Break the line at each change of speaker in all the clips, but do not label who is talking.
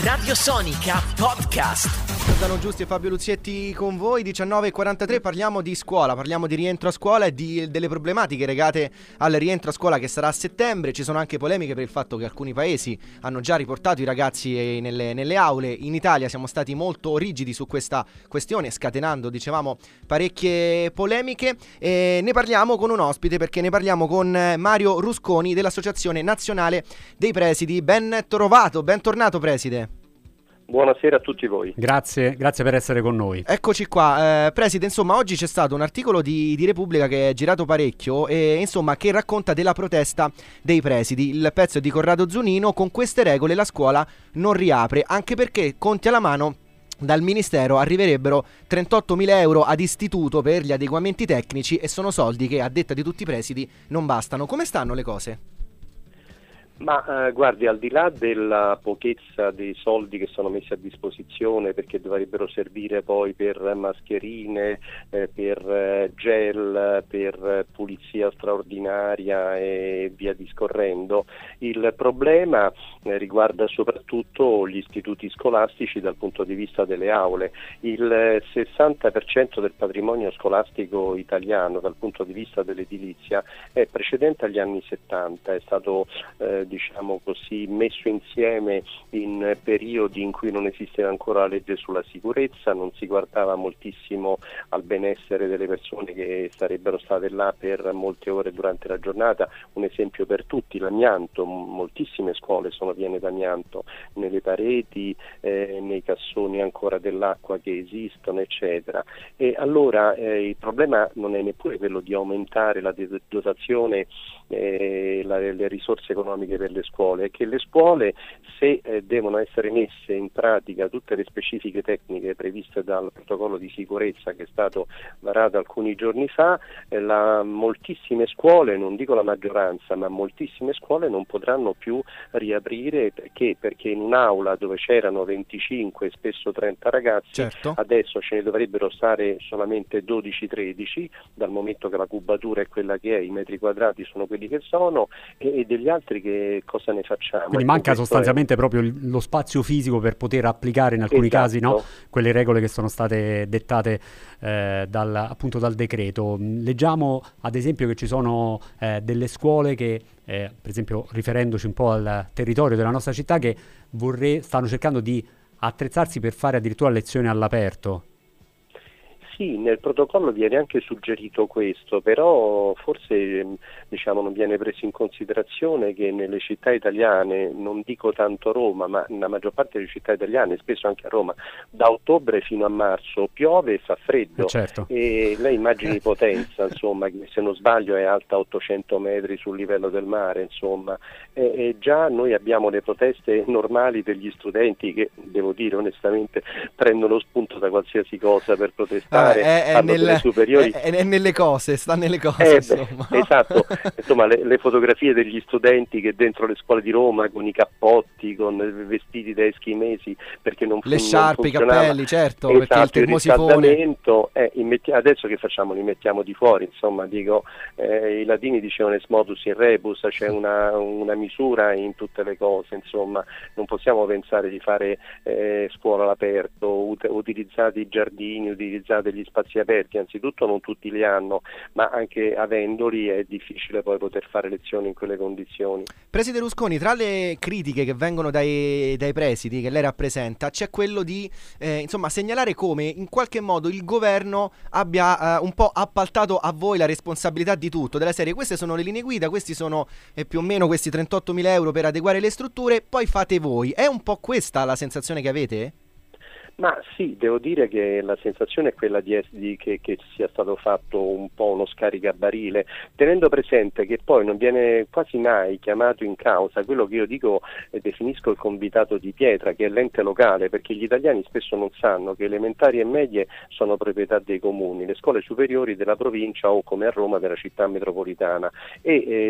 Radio Sonica Podcast.
Giordano Giusti e Fabio Luzietti con voi, 19:43, parliamo di scuola, parliamo di rientro a scuola e delle problematiche legate al rientro a scuola che sarà a settembre. Ci sono anche polemiche per il fatto che alcuni paesi hanno già riportato i ragazzi nelle aule. In Italia siamo stati molto rigidi su questa questione, scatenando, dicevamo, parecchie polemiche. E ne parliamo con un ospite, perché ne parliamo con Mario Rusconi dell'Associazione Nazionale dei Presidi. Ben trovato, bentornato preside.
Buonasera a tutti voi.
Grazie per essere con noi.
Eccoci qua, preside, insomma, oggi c'è stato un articolo di Repubblica che è girato parecchio e insomma che racconta della protesta dei presidi. Il pezzo è di Corrado Zunino: con queste regole la scuola non riapre, anche perché, conti alla mano, dal Ministero arriverebbero 38.000 euro ad istituto per gli adeguamenti tecnici e sono soldi che, a detta di tutti i presidi, non bastano. Come stanno le cose?
Ma guardi, al di là della pochezza dei soldi che sono messi a disposizione, perché dovrebbero servire poi per mascherine, per gel, per pulizia straordinaria e via discorrendo, il problema riguarda soprattutto gli istituti scolastici dal punto di vista delle aule. Il 60% del patrimonio scolastico italiano dal punto di vista dell'edilizia è precedente agli anni 70, è stato diciamo così, messo insieme in periodi in cui non esisteva ancora la legge sulla sicurezza, non si guardava moltissimo al benessere delle persone che sarebbero state là per molte ore durante la giornata. Un esempio per tutti: l'amianto. Moltissime scuole sono piene d'amianto nelle pareti, nei cassoni ancora dell'acqua che esistono, eccetera. E allora il problema non è neppure quello di aumentare la dotazione, le risorse economiche per le scuole, è che le scuole, se devono essere messe in pratica tutte le specifiche tecniche previste dal protocollo di sicurezza che è stato varato alcuni giorni fa, moltissime scuole, non dico la maggioranza, ma moltissime scuole non potranno più riaprire. Perché in un'aula dove c'erano 25, spesso 30 ragazzi, certo, adesso ce ne dovrebbero stare solamente 12-13, dal momento che la cubatura è quella che è, i metri quadrati sono quelli che sono, e degli altri che cosa ne facciamo?
Quindi manca sostanzialmente proprio lo spazio fisico per poter applicare in alcuni casi, no, quelle regole che sono state dettate appunto dal decreto. Leggiamo ad esempio che ci sono delle scuole che, per esempio riferendoci un po' al territorio della nostra città, che stanno cercando di attrezzarsi per fare addirittura lezioni all'aperto.
Sì, nel protocollo viene anche suggerito questo, però forse non viene preso in considerazione che nelle città italiane, non dico tanto Roma, ma nella maggior parte delle città italiane, spesso anche a Roma, da ottobre fino a marzo piove e fa freddo.
Certo.
E lei immagini Potenza, insomma, che se non sbaglio è alta 800 metri sul livello del mare, insomma, e già noi abbiamo le proteste normali degli studenti che, devo dire onestamente, prendono spunto da qualsiasi cosa per protestare.
È
superiori.
È nelle cose, sta nelle cose, insomma.
Esatto, insomma, le fotografie degli studenti che dentro le scuole di Roma con i cappotti, con vestiti da eschimesi, perché non
le sciarpe, i cappelli, certo,
esatto,
perché il termosifone.
Adesso che facciamo? Li mettiamo di fuori, insomma, dico, i latini dicevano es modus in rebus, c'è una misura in tutte le cose, insomma, non possiamo pensare di fare scuola all'aperto, utilizzate i giardini, utilizzate gli spazi aperti. Anzitutto non tutti li hanno, ma anche avendoli è difficile poi poter fare lezioni in quelle condizioni.
Preside Rusconi, tra le critiche che vengono dai presidi che lei rappresenta, c'è quello di segnalare come in qualche modo il governo abbia un po' appaltato a voi la responsabilità di tutto, della serie: queste sono le linee guida, questi sono più o meno questi 38.000 euro per adeguare le strutture, poi fate voi. È un po' questa la sensazione che avete?
Ma sì, devo dire che la sensazione è quella che sia stato fatto un po' uno scaricabarile, tenendo presente che poi non viene quasi mai chiamato in causa quello che io dico e definisco il convitato di pietra, che è l'ente locale, perché gli italiani spesso non sanno che elementari e medie sono proprietà dei comuni, le scuole superiori della provincia o, come a Roma, della città metropolitana, e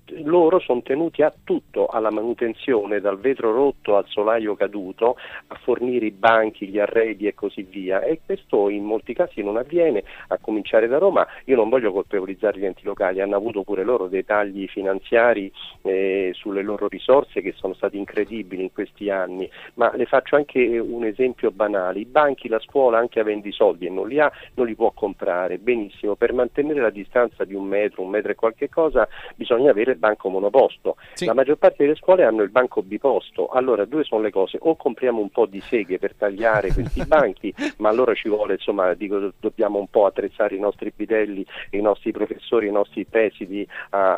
loro sono tenuti a tutto, alla manutenzione, dal vetro rotto al solaio caduto, a fornire i banchi, gli arredi e così via, e questo in molti casi non avviene, a cominciare da Roma. Io non voglio colpevolizzare gli enti locali, hanno avuto pure loro dei tagli finanziari sulle loro risorse che sono stati incredibili in questi anni, ma le faccio anche un esempio banale: i banchi, la scuola, anche avendo i soldi e non li ha, non li può comprare. Benissimo, per mantenere la distanza di un metro e qualche cosa bisogna avere il banco monoposto.
Sì.
La maggior parte delle scuole hanno il banco biposto. Allora due sono le cose: o compriamo un po' di seghe per tagliare questi banchi, ma allora ci vuole, insomma, dobbiamo un po' attrezzare i nostri bidelli, i nostri professori, i nostri presidi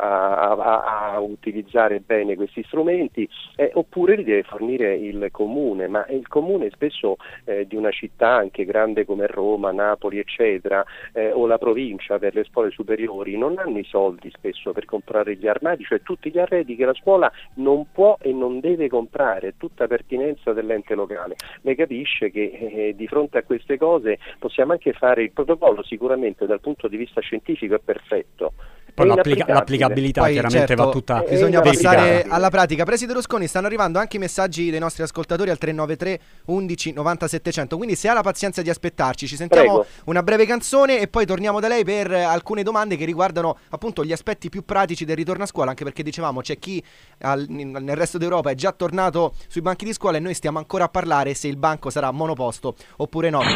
a utilizzare bene questi strumenti, oppure li deve fornire il comune, ma il comune spesso di una città anche grande come Roma, Napoli eccetera, o la provincia per le scuole superiori non hanno i soldi spesso per comprare gli armadi, cioè tutti gli arredi che la scuola non può e non deve comprare, tutta pertinenza dell'ente locale. Lei capisce che di fronte a queste cose possiamo anche fare il protocollo, sicuramente dal punto di vista scientifico è perfetto.
Poi l'applicabilità
poi,
chiaramente
certo,
va tutta
bisogna
verificata.
passare alla pratica. Preside Rusconi, stanno arrivando anche i messaggi dei nostri ascoltatori al 393 11 90 700, quindi se ha la pazienza di aspettarci ci sentiamo una breve canzone e poi torniamo da lei per alcune domande che riguardano appunto gli aspetti più pratici del ritorno a scuola, anche perché dicevamo c'è chi nel resto d'Europa è già tornato sui banchi di scuola e noi stiamo ancora a parlare se il banco sarà monoposto oppure no.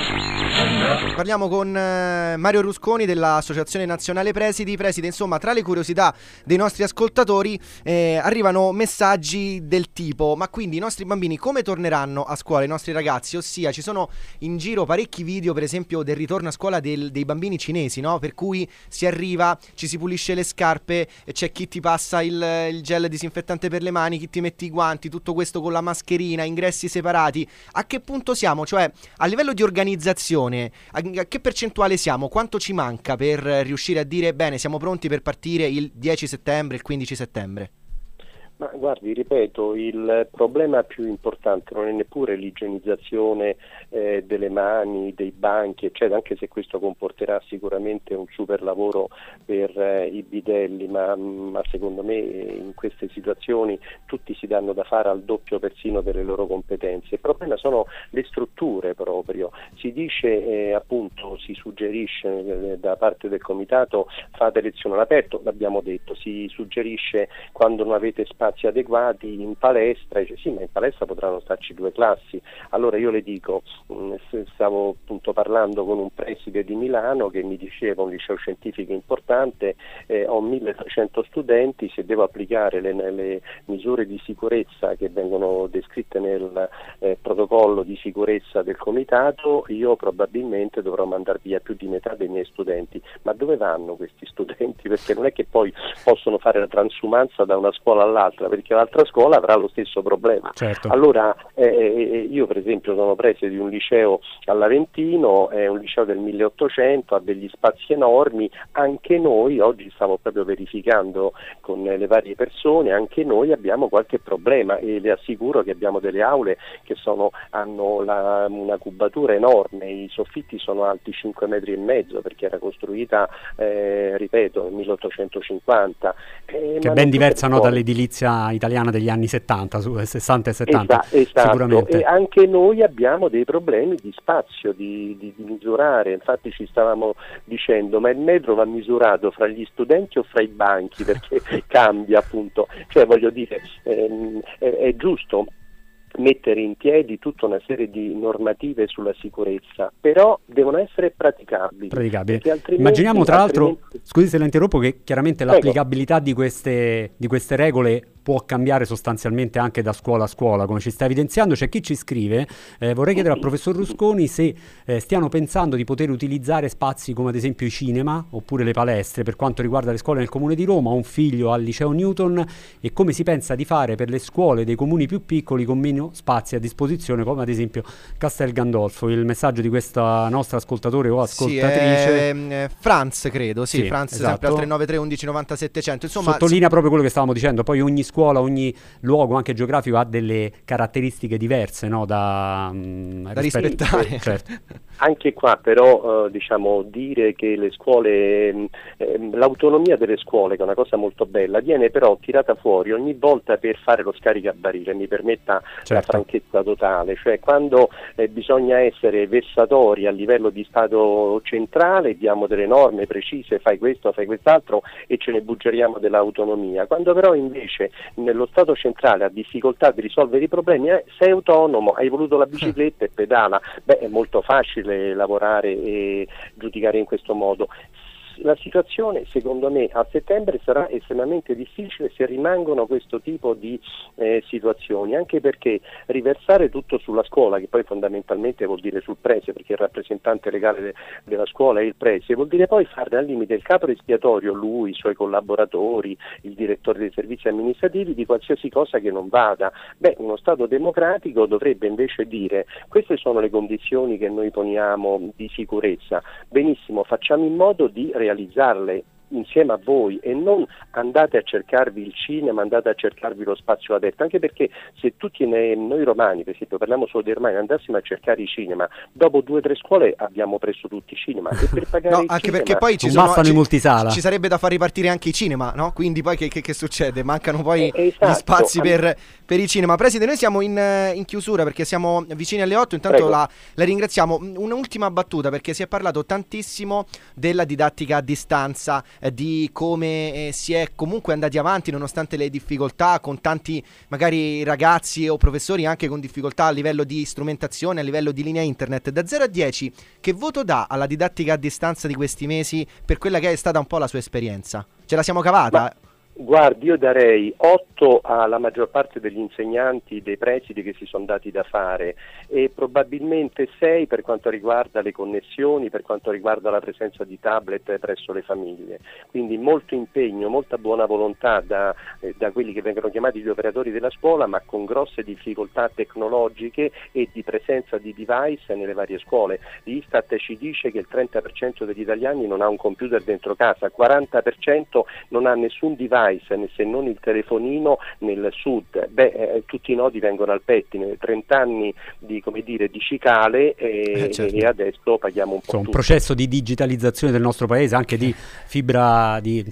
Parliamo con Mario Rusconi dell'Associazione Nazionale Presidi. Preside, insomma, tra le curiosità dei nostri ascoltatori arrivano messaggi del tipo: ma quindi i nostri bambini come torneranno a scuola, i nostri ragazzi? Ossia, ci sono in giro parecchi video, per esempio, del ritorno a scuola dei bambini cinesi, no? Per cui si arriva, ci si pulisce le scarpe, c'è chi ti passa il gel disinfettante per le mani, chi ti mette i guanti, tutto questo con la mascherina, ingressi separati. A che punto siamo? Cioè, a livello di organizzazione, a che percentuale siamo? Quanto ci manca per riuscire a dire bene, siamo pronti per partire il 10 settembre, il 15 settembre?
Ma guardi, ripeto, il problema più importante non è neppure l'igienizzazione delle mani, dei banchi, eccetera, anche se questo comporterà sicuramente un super lavoro per i bidelli, ma secondo me in queste situazioni tutti si danno da fare al doppio persino delle loro competenze. Il problema sono le strutture proprio. Si dice appunto, si suggerisce da parte del comitato fate lezione all'aperto, l'abbiamo detto, si suggerisce quando non avete spazi adeguati in palestra, dice, sì, ma in palestra potranno starci 2 classi. Allora io le dico, stavo appunto parlando con un preside di Milano che mi diceva, un liceo scientifico importante, ho 1300 studenti, se devo applicare le misure di sicurezza che vengono descritte nel protocollo di sicurezza del comitato, io probabilmente dovrò mandar via più di metà dei miei studenti. Ma dove vanno questi studenti? Perché non è che poi possono fare la transumanza da una scuola all'altra, perché l'altra scuola avrà lo stesso problema.
Certo.
Allora io per esempio sono preside di un liceo all'Aventino, è un liceo del 1800, ha degli spazi enormi, anche noi oggi stiamo proprio verificando con le varie persone, anche noi abbiamo qualche problema e le assicuro che abbiamo delle aule che hanno una cubatura enorme, i soffitti sono alti 5 metri e mezzo perché era costruita ripeto nel 1850,
che è ben diversa, no, dall'edilizia italiana degli anni 60, 60 e 70.
Esatto.
Sicuramente.
E anche noi abbiamo dei problemi di spazio, di misurare. Infatti ci stavamo dicendo, ma il metro va misurato fra gli studenti o fra i banchi, perché cambia appunto, cioè voglio dire è giusto mettere in piedi tutta una serie di normative sulla sicurezza, però devono essere praticabili.
Immaginiamo tra l'altro, scusi se la interrompo, che chiaramente l'applicabilità di queste regole può cambiare sostanzialmente anche da scuola a scuola, come ci sta evidenziando. C'è chi ci scrive, vorrei chiedere al professor Rusconi se stiano pensando di poter utilizzare spazi come ad esempio i cinema oppure le palestre per quanto riguarda le scuole nel comune di Roma. Ho un figlio al liceo Newton, e come si pensa di fare per le scuole dei comuni più piccoli con meno spazi a disposizione, come ad esempio Castel Gandolfo. Il messaggio di questa nostra ascoltatore o ascoltatrice,
Franz, credo,
sì,
Franz,
esatto.
sempre al 393 11 90 700. Insomma,
sottolinea proprio quello che stavamo dicendo, poi ogni scuola, ogni luogo anche geografico ha delle caratteristiche diverse, no? Da
rispettare.
Certo.
Anche qua però diciamo dire che le scuole, l'autonomia delle scuole, che è una cosa molto bella, viene però tirata fuori ogni volta per fare lo scaricabarile, mi permetta la franchezza totale, cioè quando bisogna essere vessatori a livello di Stato centrale, diamo delle norme precise, fai questo, fai quest'altro e ce ne buggeriamo dell'autonomia, quando però invece nello Stato centrale ha difficoltà di risolvere i problemi, sei autonomo, hai voluto la bicicletta e pedala, è molto facile lavorare e giudicare in questo modo. La situazione secondo me a settembre sarà estremamente difficile se rimangono questo tipo di situazioni, anche perché riversare tutto sulla scuola, che poi fondamentalmente vuol dire sul preside, perché il rappresentante legale della scuola è il preside, vuol dire poi fare al limite il capo espiatorio, lui, i suoi collaboratori, il direttore dei servizi amministrativi, di qualsiasi cosa che non vada. Uno Stato democratico dovrebbe invece dire: queste sono le condizioni che noi poniamo di sicurezza, benissimo, facciamo in modo di realizzarle insieme a voi e non andate a cercarvi il cinema, andate a cercarvi lo spazio aperto, anche perché se tutti noi romani, per esempio parliamo solo dei romani, andassimo a cercare i cinema, dopo 2 o 3 scuole abbiamo preso tutti i cinema e per pagare
no,
il
anche
cinema,
perché poi
i multisala.
Ci sarebbe da far ripartire anche i cinema, no? Quindi poi che succede? Mancano poi
esatto,
gli spazi per i cinema. Preside, noi siamo in chiusura perché siamo vicini alle 8, intanto la ringraziamo. Un'ultima battuta, perché si è parlato tantissimo della didattica a distanza, di come si è comunque andati avanti nonostante le difficoltà, con tanti magari ragazzi o professori anche con difficoltà a livello di strumentazione, a livello di linea internet. Da 0 a 10 che voto dà alla didattica a distanza di questi mesi per quella che è stata un po' la sua esperienza? Ce la siamo cavata?
Guardi, io darei 8 alla maggior parte degli insegnanti, dei presidi che si sono dati da fare, e probabilmente 6 per quanto riguarda le connessioni, per quanto riguarda la presenza di tablet presso le famiglie. Quindi molto impegno, molta buona volontà da quelli che vengono chiamati gli operatori della scuola, ma con grosse difficoltà tecnologiche e di presenza di device nelle varie scuole. L'Istat ci dice che il 30% degli italiani non ha un computer dentro casa, 40% non ha nessun device, se non il telefonino nel sud. Tutti i nodi vengono al pettine, 30 anni di cicale
certo.
E adesso paghiamo un po'
un
tutto.
processo di digitalizzazione del nostro paese, anche di fibra, di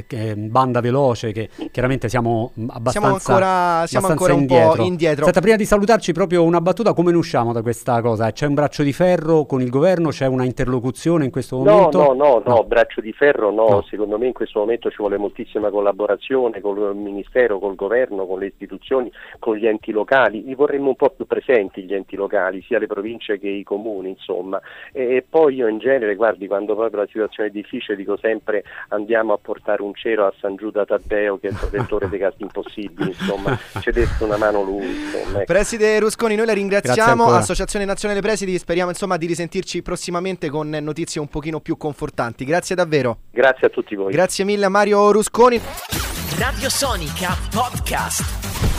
banda veloce, che chiaramente siamo abbastanza
ancora un po' indietro.
Senta, prima di salutarci, proprio una battuta: come ne usciamo da questa cosa? C'è un braccio di ferro con il governo? C'è una interlocuzione in questo momento?
No, braccio di ferro no. Secondo me in questo momento ci vuole moltissima collaborazione col Ministero, col Governo, con le istituzioni, con gli enti locali. Li vorremmo un po' più presenti gli enti locali, sia le province che i comuni, insomma. E poi io in genere, guardi, quando proprio la situazione è difficile, dico sempre: andiamo a portare un cero a San Giuda Taddeo, che è il protettore dei casi impossibili, insomma, ci desse una mano lui, insomma.
Preside Rusconi, noi la ringraziamo, Associazione Nazionale Presidi, speriamo insomma di risentirci prossimamente con notizie un pochino più confortanti. Grazie davvero.
Grazie a tutti voi.
Grazie mille a Mario Rusconi.
Radio Sonica Podcast.